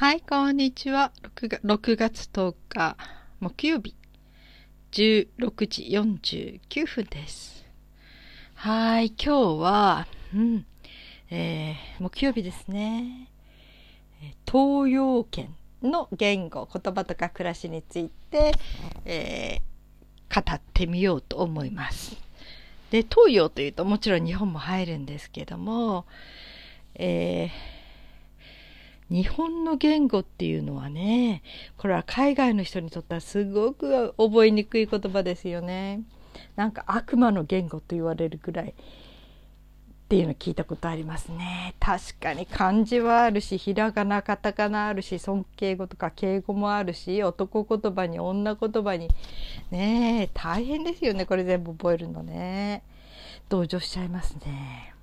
はい、こんにちは。6月10日木曜日16時49分です。はい、今日は、木曜日ですね。東洋圏の言語、言葉とか暮らしについて、語ってみようと思います。で、東洋というともちろん日本も入るんですけども、日本の言語っていうのはね、これは海外の人にとってはすごく覚えにくい言葉ですよね。なんか悪魔の言語と言われるくらいっていうの聞いたことありますね。確かに漢字はあるし、ひらがな、カタカナあるし、尊敬語とか敬語もあるし、男言葉に女言葉にね、大変ですよね、これ全部覚えるのね。同情しちゃいますね。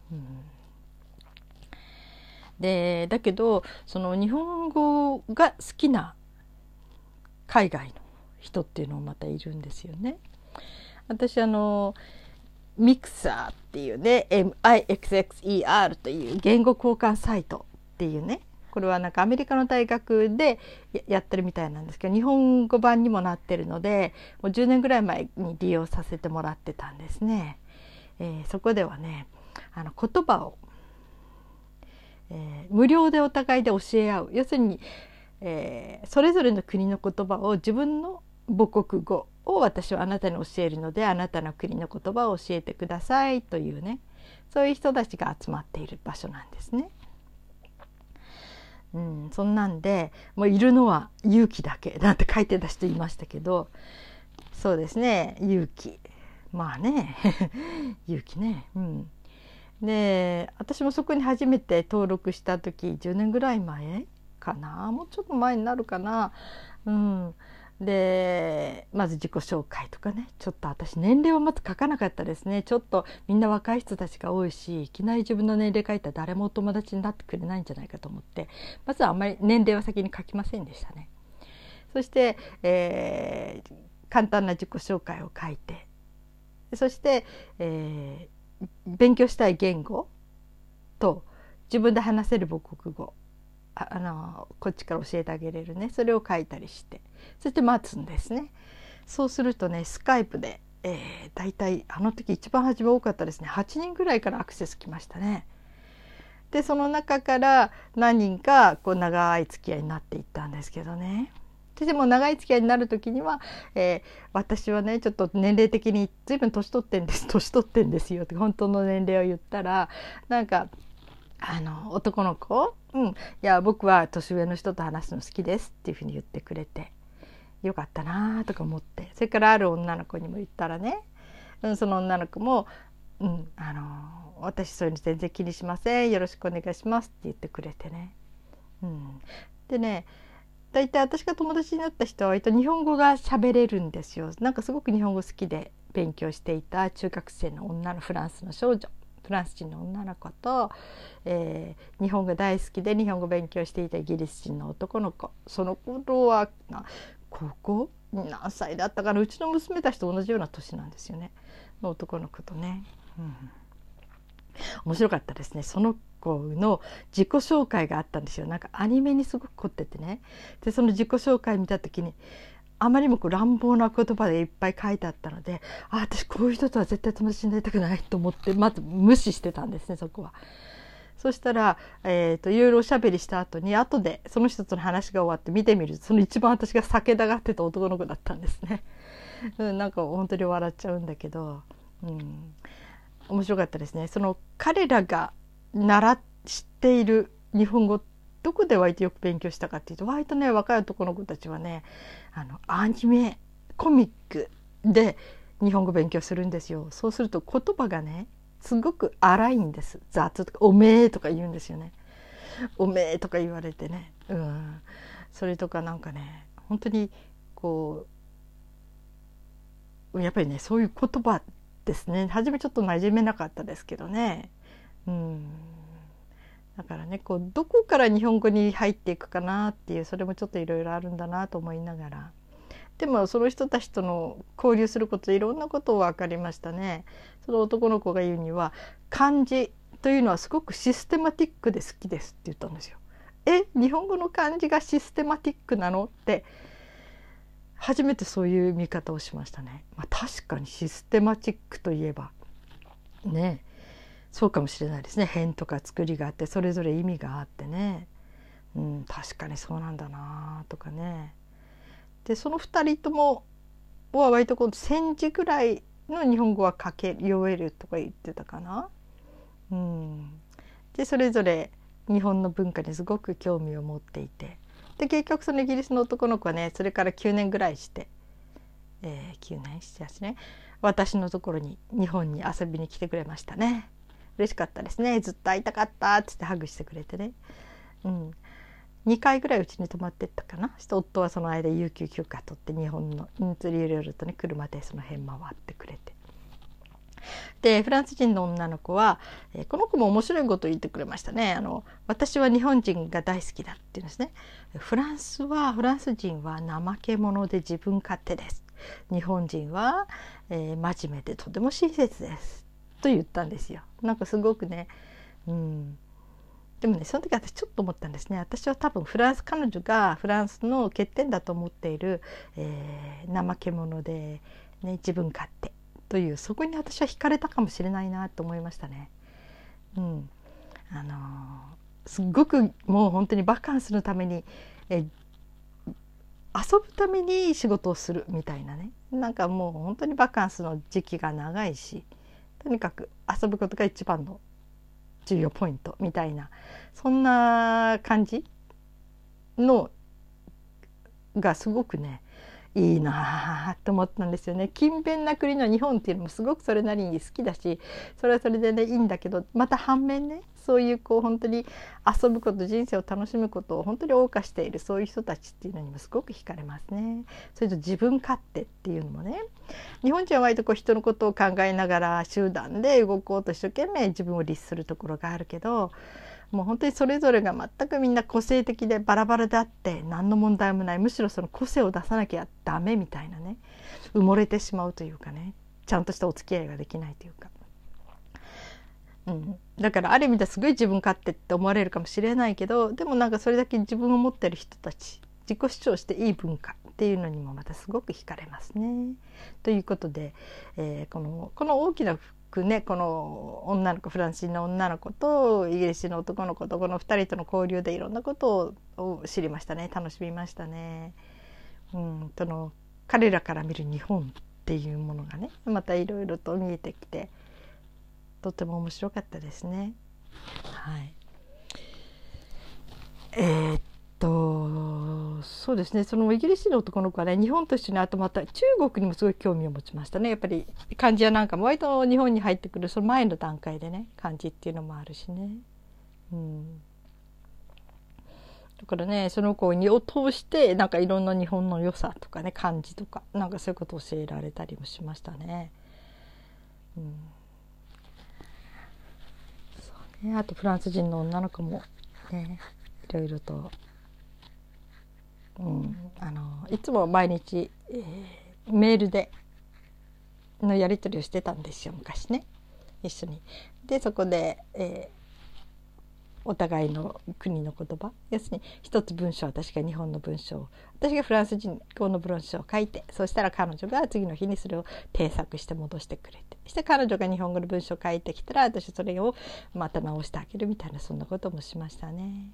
でだけどその日本語が好きな海外の人っていうのもまたいるんですよね。私ミクサーっていうね MIXXER という言語交換サイトっていうね、これはなんかアメリカの大学でやってるみたいなんですけど、日本語版にもなってるのでもう10年ぐらい前に利用させてもらってたんですね。そこではね言葉を無料でお互いで教え合う、要するに、それぞれの国の言葉を自分の母国語を私はあなたに教えるのであなたの国の言葉を教えてくださいというね、そういう人たちが集まっている場所なんですね。そんなんでもういるのは勇気だけなんて書いてた人いましたけど、そうですね、勇気、まあね勇気ね。で私もそこに初めて登録した時10年ぐらい前かな、もうちょっと前になるかな。でまず自己紹介とかね、ちょっと私年齢はまず書かなかったですね。ちょっとみんな若い人たちが多いし、いきなり自分の年齢書いたら誰もお友達になってくれないんじゃないかと思って、まずはあんまり年齢は先に書きませんでしたね。そして、簡単な自己紹介を書いて、そして、勉強したい言語と自分で話せる母国語、こっちから教えてあげれるね、それを書いたりして、そして待つんですね。そうするとねスカイプで、だいたいあの時一番初め多かったですね、8人ぐらいからアクセス来ましたね。でその中から何人かこう長い付き合いになっていったんですけどね。でも長い付き合いになる時には、私はねちょっと年齢的に随分年取ってんですよって本当の年齢を言ったら、なんか男の子、いや僕は年上の人と話すの好きですっていうふうに言ってくれてよかったなとか思って、それからある女の子にも言ったらね、その女の子も、私そういうの全然気にしません、よろしくお願いしますって言ってくれてね。でね大体私が友達になった人は割と日本語が喋れるんですよ。なんかすごく日本語好きで勉強していた中学生の女のフランス人の女の子と、日本語大好きで日本語勉強していたイギリス人の男の子、その頃は高校何歳だったかな、うちの娘たちと同じような年なんですよね、の男の子とね。面白かったですね。その子の自己紹介があったんですよ。なんかアニメにすごく凝っててね。でその自己紹介見た時にあまりにも乱暴な言葉でいっぱい書いてあったので、私こういう人とは絶対友達になりたくないと思ってまず無視してたんですね、そこは。そしたら、いろいろおしゃべりした後でその人との話が終わって見てみると、その一番私が避けたがってた男の子だったんですね。なんか本当に笑っちゃうんだけど、面白かったですね。その彼らが知っている日本語、どこで割とよく勉強したかっていうと、割とね若い男の子たちはねアニメコミックで日本語勉強するんですよ。そうすると言葉がねすごく荒いんです。雑とかおめえとか言うんですよね。おめえとか言われてね、それとかなんかね本当にこうやっぱりねそういう言葉ですね。初めちょっと馴染めなかったですけどね。だからねこうどこから日本語に入っていくかなっていう、それもちょっといろいろあるんだなと思いながら、でもその人たちとの交流することでいろんなことを分かりましたね。その男の子が言うには漢字というのはすごくシステマティックで好きですって言ったんですよ。 日本語の漢字がシステマティックなのって初めてそういう見方をしましたね。確かにシステマティックといえばね、そうかもしれないですね。辺とか作りがあってそれぞれ意味があってね、確かにそうなんだなとかね。でその2人ともは割と1,000字ぐらいの日本語は書け読めるとか言ってたかな。でそれぞれ日本の文化にすごく興味を持っていて、で結局そのイギリスの男の子はね、それから9年ぐらいして、9年7、8年私のところに日本に遊びに来てくれましたね。嬉しかったですね。ずっと会いたかったっつってハグしてくれてね、2回ぐらいうちに泊まってったかな。夫はその間有給休暇取って日本のいろいろとね車でその辺回ってくれて、でフランス人の女の子は、この子も面白いことを言ってくれましたね。私は日本人が大好きだっていうんですね。フランス人は怠け者で自分勝手です。日本人は、真面目でとても親切ですと言ったんですよ。なんかすごくね、でもねその時私ちょっと思ったんですね。私は多分彼女がフランスの欠点だと思っている、怠け者で、ね、自分勝手というそこに私は惹かれたかもしれないなと思いましたね。すっごくもう本当にバカンスのために、遊ぶために仕事をするみたいなね、なんかもう本当にバカンスの時期が長いし、とにかく遊ぶことが一番の重要ポイントみたいな、そんな感じのがすごくねいいなと思ったんですよね。勤勉な国の日本っていうのもすごくそれなりに好きだし、それはそれでねいいんだけど、また反面ね、そういう本当に遊ぶこと、人生を楽しむことを本当に謳歌しているそういう人たちっていうのにもすごく惹かれますね。それと自分勝手っていうのもね、日本人は割と人のことを考えながら集団で動こうと一生懸命自分を律するところがあるけど、もう本当にそれぞれが全くみんな個性的でバラバラであって何の問題もない、むしろその個性を出さなきゃダメみたいなね、埋もれてしまうというかね、ちゃんとしたお付き合いができないというか、だからある意味ではすごい自分勝手って思われるかもしれないけど、でもなんかそれだけ自分を持ってる人たち、自己主張していい文化っていうのにもまたすごく惹かれますね。ということで、この大きなね、この女の子、フランス人の女の子とイギリスの男の子とこの2人との交流でいろんなことを知りましたね。楽しみましたね。彼らから見る日本っていうものがねまたいろいろと見えてきて、とても面白かったですね。はい。そうですね、そのイギリスの男の子はね、日本と一緒にあとまた中国にもすごい興味を持ちましたね。やっぱり漢字やなんかも割と日本に入ってくるその前の段階でね、漢字っていうのもあるしね。だからね、その子を通してなんかいろんな日本の良さとかね、漢字とかなんかそういうことを教えられたりもしましたね。そうね、あとフランス人の女の子もね、いろいろと、いつも毎日、メールでのやり取りをしてたんですよ、昔ね、一緒に。でそこで、お互いの国の言葉、要するに一つ文章、私が日本の文章を、私がフランス人語の文章を書いて、そしたら彼女が次の日にそれを訂作して戻してくれて、そして彼女が日本語の文章を書いてきたら私それをまた直してあげるみたいな、そんなこともしましたね。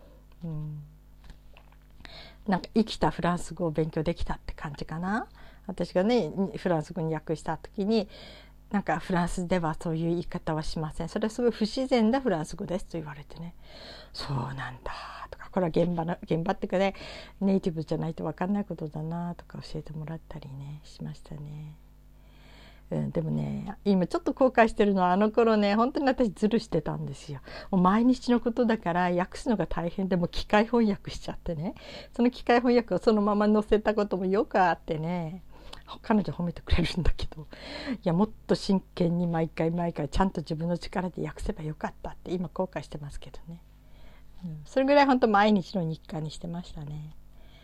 なんか生きたフランス語を勉強できたって感じかな。私がねフランス語に訳した時に、なんかフランスではそういう言い方はしません、それはすごい不自然なフランス語ですと言われてね、そうなんだとか、これは現場っていうかね、ネイティブじゃないと分かんないことだなとか教えてもらったりねしましたね。でもね、今ちょっと後悔してるのは、あの頃ね本当に私ズルしてたんですよ。もう毎日のことだから訳すのが大変で、も機械翻訳しちゃってね、その機械翻訳をそのまま載せたこともよくあってね、彼女褒めてくれるんだけど、いやもっと真剣に毎回ちゃんと自分の力で訳せばよかったって今後悔してますけどね。それぐらい本当毎日の日課にしてましたね。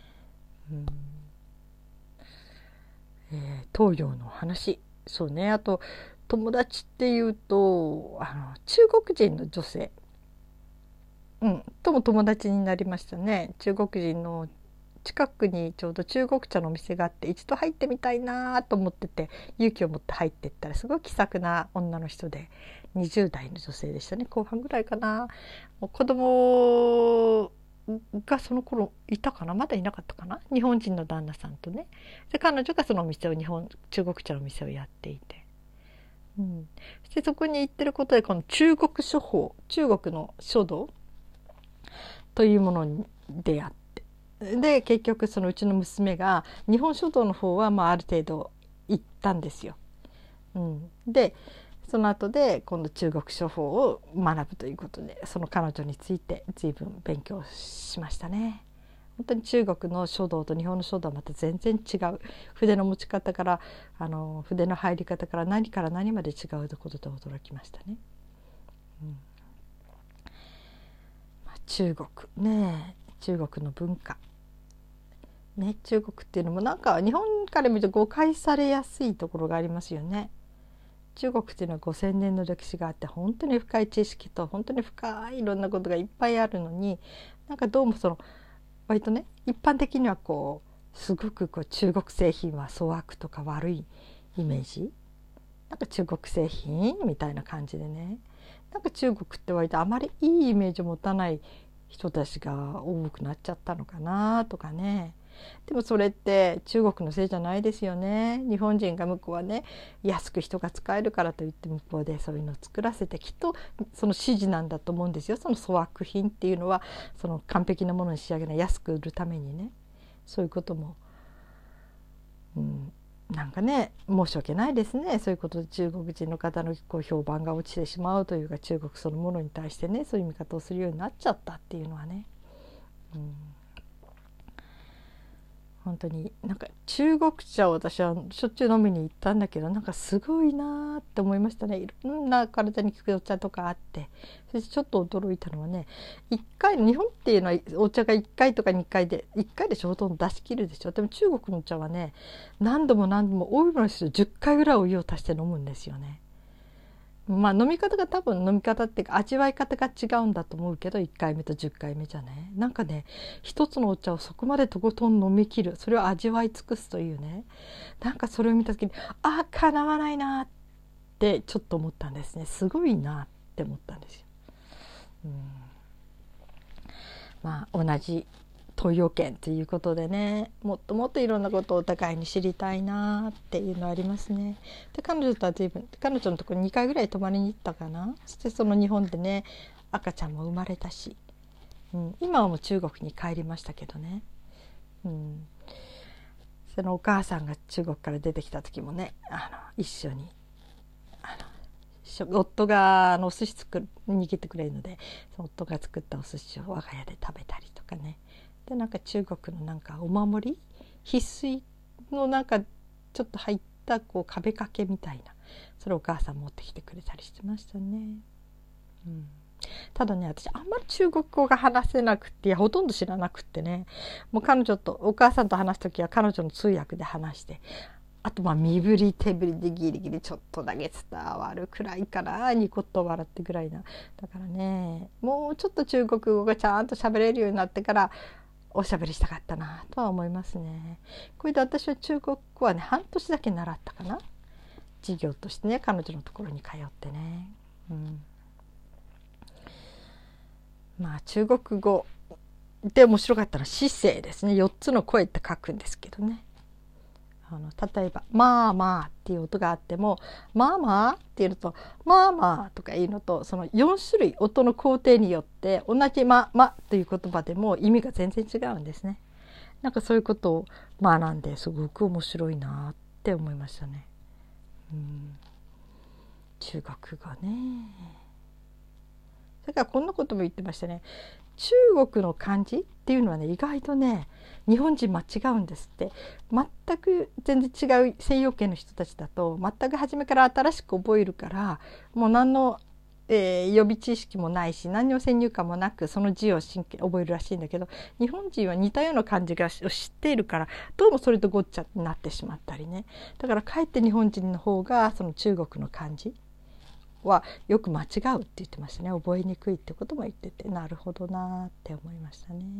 東洋の話、そうね、あと友達っていうと中国人の女性とも友達になりましたね。中国人の近くにちょうど中国茶のお店があって、一度入ってみたいなと思ってて勇気を持って入っていったら、すごい気さくな女の人で、20代の女性でしたね。後半ぐらいかな。もう子供がその頃いたかな、まだいなかったかな、日本人の旦那さんとね。で彼女がそのお店を中国茶のお店をやっていて、そしてそこに行ってることで、この中国書法、中国の書道というものに出会って、で結局そのうちの娘が日本書道の方はある程度行ったんですよ。でその後で今度中国書法を学ぶということで、その彼女について随分勉強しましたね。本当に中国の書道と日本の書道はまた全然違う。筆の持ち方から筆の入り方から何から何まで違うことで驚きましたね。中国ね、中国の文化ね、中国っていうのもなんか日本から見ると誤解されやすいところがありますよね。中国っていうのは5000年の歴史があって、本当に深い知識と本当に深いいろんなことがいっぱいあるのに、なんかどうも割とね、一般的にはすごく中国製品は粗悪とか悪いイメージ、なんか中国製品みたいな感じでね、なんか中国って割とあまりいいイメージを持たない人たちが多くなっちゃったのかなとかね。でもそれって中国のせいじゃないですよね。日本人が向こうはね、安く人が使えるからといって向こうでそういうのを作らせて、きっとその指示なんだと思うんですよ。その粗悪品っていうのはその完璧なものに仕上げない、安く売るためにね、そういうことも、なんかね、申し訳ないですね。そういうことで中国人の方の評判が落ちてしまうというか、中国そのものに対してね、そういう見方をするようになっちゃったっていうのはね、本当になんか中国茶を私はしょっちゅう飲みに行ったんだけど、なんかすごいなって思いましたね。いろんな体に効くお茶とかあって、そしてちょっと驚いたのはね、1回日本っていうのはお茶が1回とか2回で1回でほとんど出し切るでしょ。でも中国のお茶はね、何度も何度も多いものにすると10回ぐらいお湯を足して飲むんですよね。飲み方が多分飲み方っていうか味わい方が違うんだと思うけど、1回目と10回目じゃね、なんかね、一つのお茶をそこまでとことん飲み切る、それを味わい尽くすというね、なんかそれを見た時にかなわないなってちょっと思ったんですね。すごいなって思ったんですよ。同じ東洋圏ということでね、もっともっといろんなことをお互いに知りたいなっていうのありますね。で彼女とは随分、彼女のところに2回ぐらい泊まりに行ったかな。そしてその日本でね、赤ちゃんも生まれたし、今はもう中国に帰りましたけどね、そのお母さんが中国から出てきた時もね、一緒に夫がお寿司握ってくれるので、その夫が作ったお寿司を我が家で食べたりとかね。でなんか中国のなんかお守り、翡翠のなんかちょっと入った壁掛けみたいな、それをお母さん持ってきてくれたりしてましたね。ただね、私あんまり中国語が話せなくて、いやほとんど知らなくってね、もう彼女とお母さんと話す時は彼女の通訳で話して、あと身振り手振りでギリギリちょっとだけ伝わるくらいかな、ニコッと笑ってぐらいな。だからね、もうちょっと中国語がちゃんと喋れるようになってからおしゃべりしたかったなとは思いますね。これで私は中国語はね、半年だけ習ったかな、授業としてね、彼女のところに通ってね。中国語で面白かったのは姿勢ですね。4つの声って書くんですけどね、例えばまあまあっていう音があっても、まあまあっていうのとまあまあとかいうのと、その4種類音の工程によって同じままという言葉でも意味が全然違うんですね。なんかそういうことを学んですごく面白いなって思いましたね。中国語ね。それからこんなことも言ってましたね。中国の漢字っていうのはね、意外とね、日本人間違うんですって。全く全然違う西洋圏の人たちだと、全く初めから新しく覚えるから、もう何の、予備知識もないし、何の先入観もなくその字を覚えるらしいんだけど、日本人は似たような漢字を知っているから、どうもそれとごっちゃになってしまったりね。だからかえって日本人の方がその中国の漢字はよく間違うって言ってましたね。覚えにくいってことも言ってて、なるほどなって思いましたね。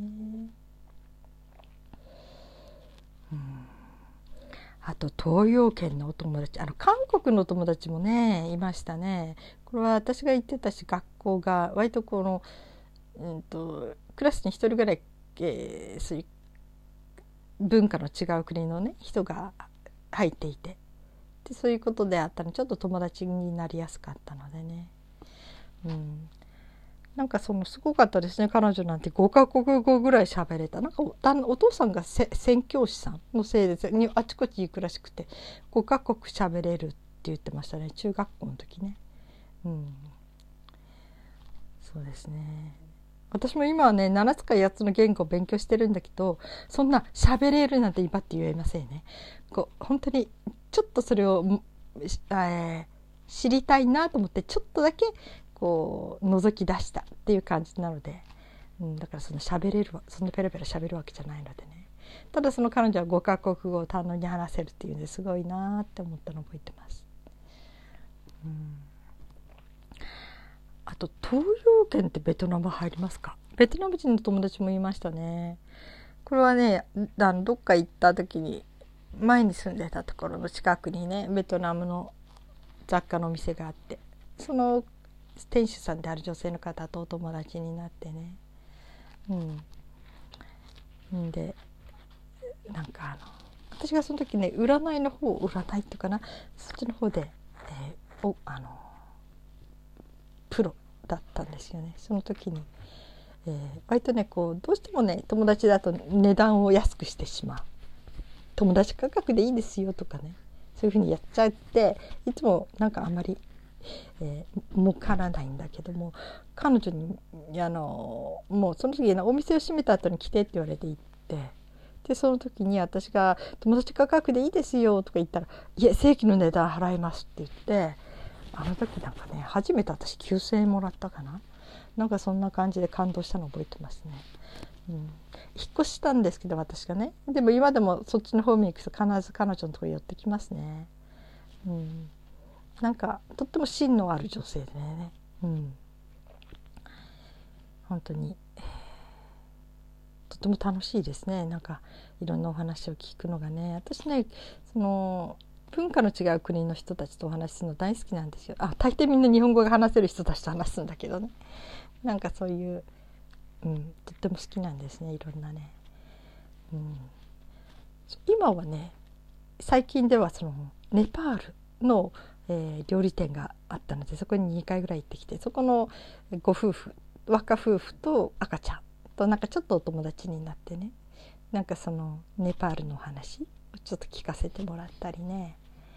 あと東洋圏のお友達、韓国のお友達もねいましたね。これは私が行ってたし、学校が割とこの、クラスに一人ぐらい、そういう文化の違う国のね人が入っていて、でそういうことであったのちょっと友達になりやすかったのでね、なんかすごかったですね。彼女なんて5カ国語ぐらい喋れた。なんか お父さんが宣教師さんのせいであちこち行くらしくて5カ国喋れるって言ってましたね、中学校の時ね。そうですね。私も今はね7つか8つの言語を勉強してるんだけど、そんな喋れるなんて今って言えませんね。本当にちょっとそれを、知りたいなと思ってちょっとだけ覗き出したっていう感じなので、だから喋れるわ、そんなペラペラ喋るわけじゃないのでね。ただその彼女は5カ国語を堪能に話せるっていうんですごいなって思ったのを覚えてます。あと東洋圏ってベトナム入りますか？ベトナム人の友達もいましたね。これはねどっか行った時に前に住んでたところの近くにねベトナムの雑貨のお店があって、その店主さんである女性の方とお友達になってね、でなんか私がその時ね占いっていうかな、そっちの方で、プロだったんですよね。その時に、割とねどうしてもね友達だと値段を安くしてしまう、友達価格でいいですよとかね、そういうふうにやっちゃって、いつもなんかあんまり、儲からないんだけども、彼女にもうその時お店を閉めた後に来てって言われて行って、でその時に私が友達価格でいいですよとか言ったら、いや正規の値段払いますって言って、あの時なんかね初めて私9,000円もらったかな、なんかそんな感じで感動したのを覚えてますね。引っ越したんですけど私がね、でも今でもそっちの方面行くと必ず彼女のところ寄ってきますね。なんかとっても芯のある女性でね、本当にとても楽しいですね。なんかいろんなお話を聞くのがね、私ね文化の違う国の人たちとお話しするの大好きなんですよ。大抵みんな日本語が話せる人たちと話すんだけどね、なんかそういう、とっても好きなんですね、いろんなね。今はね最近ではネパールの、料理店があったので、そこに2回ぐらい行ってきて、そこのご夫婦、若夫婦と赤ちゃんとなんかちょっとお友達になってね、なんかネパールのお話をちょっと聞かせてもらったりね、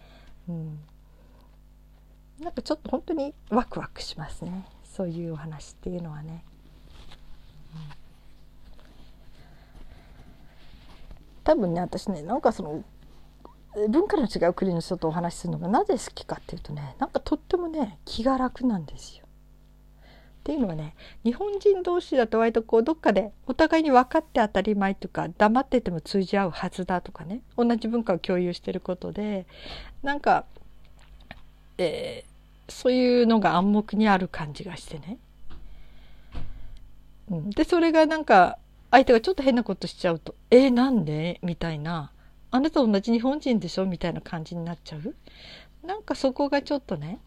なんかちょっと本当にワクワクしますね、そういうお話っていうのはね。多分ね私ねなんか文化の違う国の人とお話しするのがなぜ好きかっていうとね、なんかとってもね気が楽なんですよ。っていうのはね、日本人同士だと割とどっかでお互いに分かって当たり前とか、黙ってても通じ合うはずだとかね、同じ文化を共有してることでなんか、そういうのが暗黙にある感じがしてね、でそれがなんか相手がちょっと変なことしちゃうとなんでみたいな、あなた同じ日本人でしょみたいな感じになっちゃう。なんかそこがちょっとね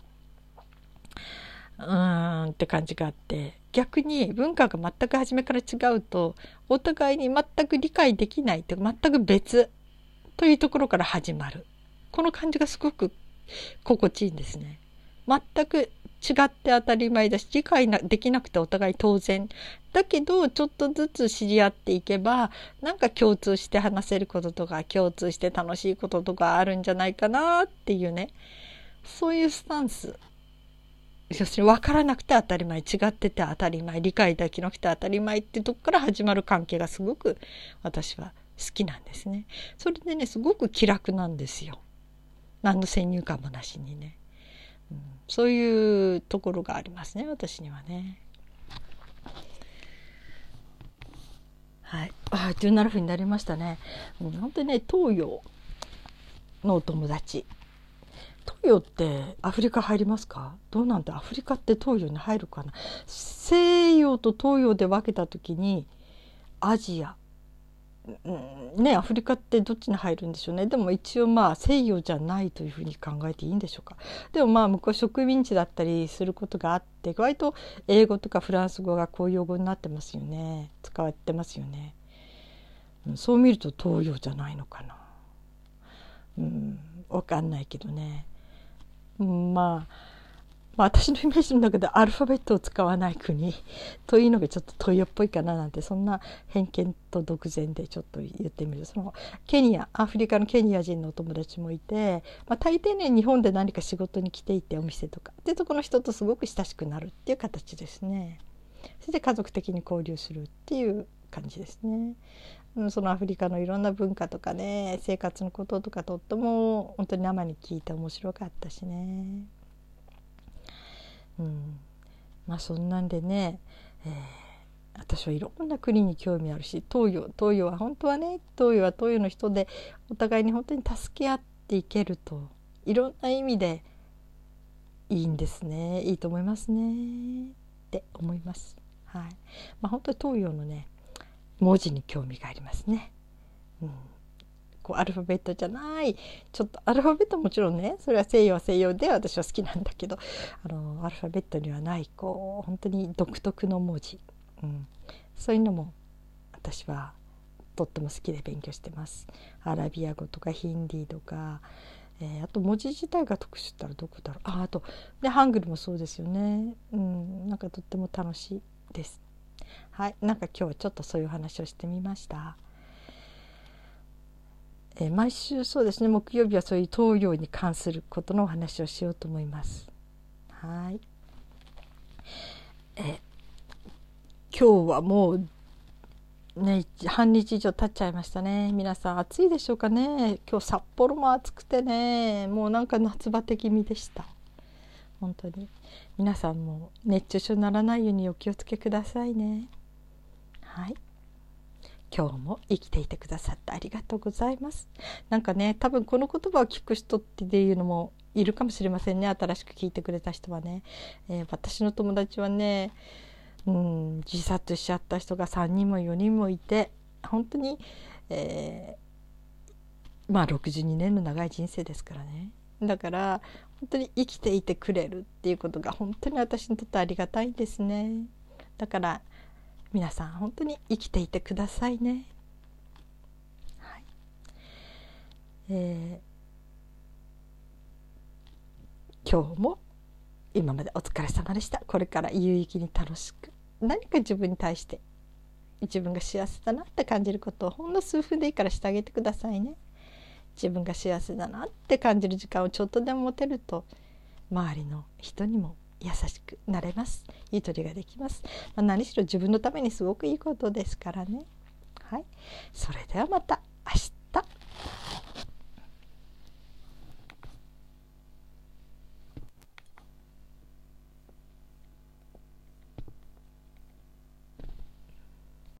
って感じがあって、逆に文化が全く初めから違うとお互いに全く理解できないって全く別というところから始まる、この感じがすごく心地いいんですね。全く違って当たり前だし、理解できなくてお互い当然だけど、ちょっとずつ知り合っていけばなんか共通して話せることとか共通して楽しいこととかあるんじゃないかなっていうね、そういうスタンス、要するに分からなくて当たり前、違ってて当たり前、理解できなくて当たり前ってとこから始まる関係がすごく私は好きなんですね。それでねすごく気楽なんですよ、何の先入観もなしにね、そういうところがありますね、私にはね。はい、17分になりましたね。本当にね東洋のお友達、 東洋ってアフリカ入りますか？どうなんだ、アフリカって東洋に入るかな。西洋と東洋で分けた時にアジア、ね、アフリカってどっちに入るんでしょうね。でも一応まあ西洋じゃないというふうに考えていいんでしょうか。でもまあ向こう植民地だったりすることがあって、割と英語とかフランス語が公用語になってますよね。使われてますよね。そう見ると東洋じゃないのかな。分かんないけどね。まあ私のイメージの中でアルファベットを使わない国というのがちょっと東洋っぽいかななんて、そんな偏見と独善でちょっと言ってみる。そのアフリカのケニア人のお友達もいて、大抵ね日本で何か仕事に来ていて、お店とかっていうところの人とすごく親しくなるっていう形ですね。それで家族的に交流するっていう感じですね。そのアフリカのいろんな文化とかね、生活のこととかとっても本当に生に聞いて面白かったしね。そんなんでね、私はいろんな国に興味あるし、東洋は本当はね、東洋は東洋の人でお互いに本当に助け合っていけると、いろんな意味でいいんですね。いいと思いますねって思います。はい。本当に東洋のね文字に興味がありますね。アルファベットじゃない、ちょっとアルファベットもちろんね、それは西洋は西洋で私は好きなんだけど、アルファベットにはない本当に独特の文字、そういうのも私はとっても好きで勉強してます。アラビア語とかヒンディーとか、あと文字自体が特殊ったらどこだろう。あとでハングルもそうですよね。なんかとっても楽しいです。はい、なんか今日はちょっとそういう話をしてみました。毎週そうですね、木曜日はそういう東洋に関することのお話をしようと思います。はい。今日はもうね半日以上経っちゃいましたね。皆さん暑いでしょうかね。今日札幌も暑くてね、もうなんか夏バテ気味でした。本当に皆さんも熱中症にならないようにお気をつけくださいね。はい。今日も生きていてくださってありがとうございます。なんかね、多分この言葉を聞く人っていうのもいるかもしれませんね。新しく聞いてくれた人はね。私の友達はね、自殺しちゃった人が3人も4人もいて、本当に、62年の長い人生ですからね。だから本当に生きていてくれるっていうことが本当に私にとってありがたいんですね。だから皆さん本当に生きていてくださいね。はい。今日も今までお疲れ様でした。これから有意義に楽しく何か自分に対して自分が幸せだなって感じることをほんの数分でいいからしてあげてくださいね。自分が幸せだなって感じる時間をちょっとでも持てると、周りの人にも優しくなれます。ゆとりができます。何しろ自分のためにすごくいいことですからね。はい。それではまた明日。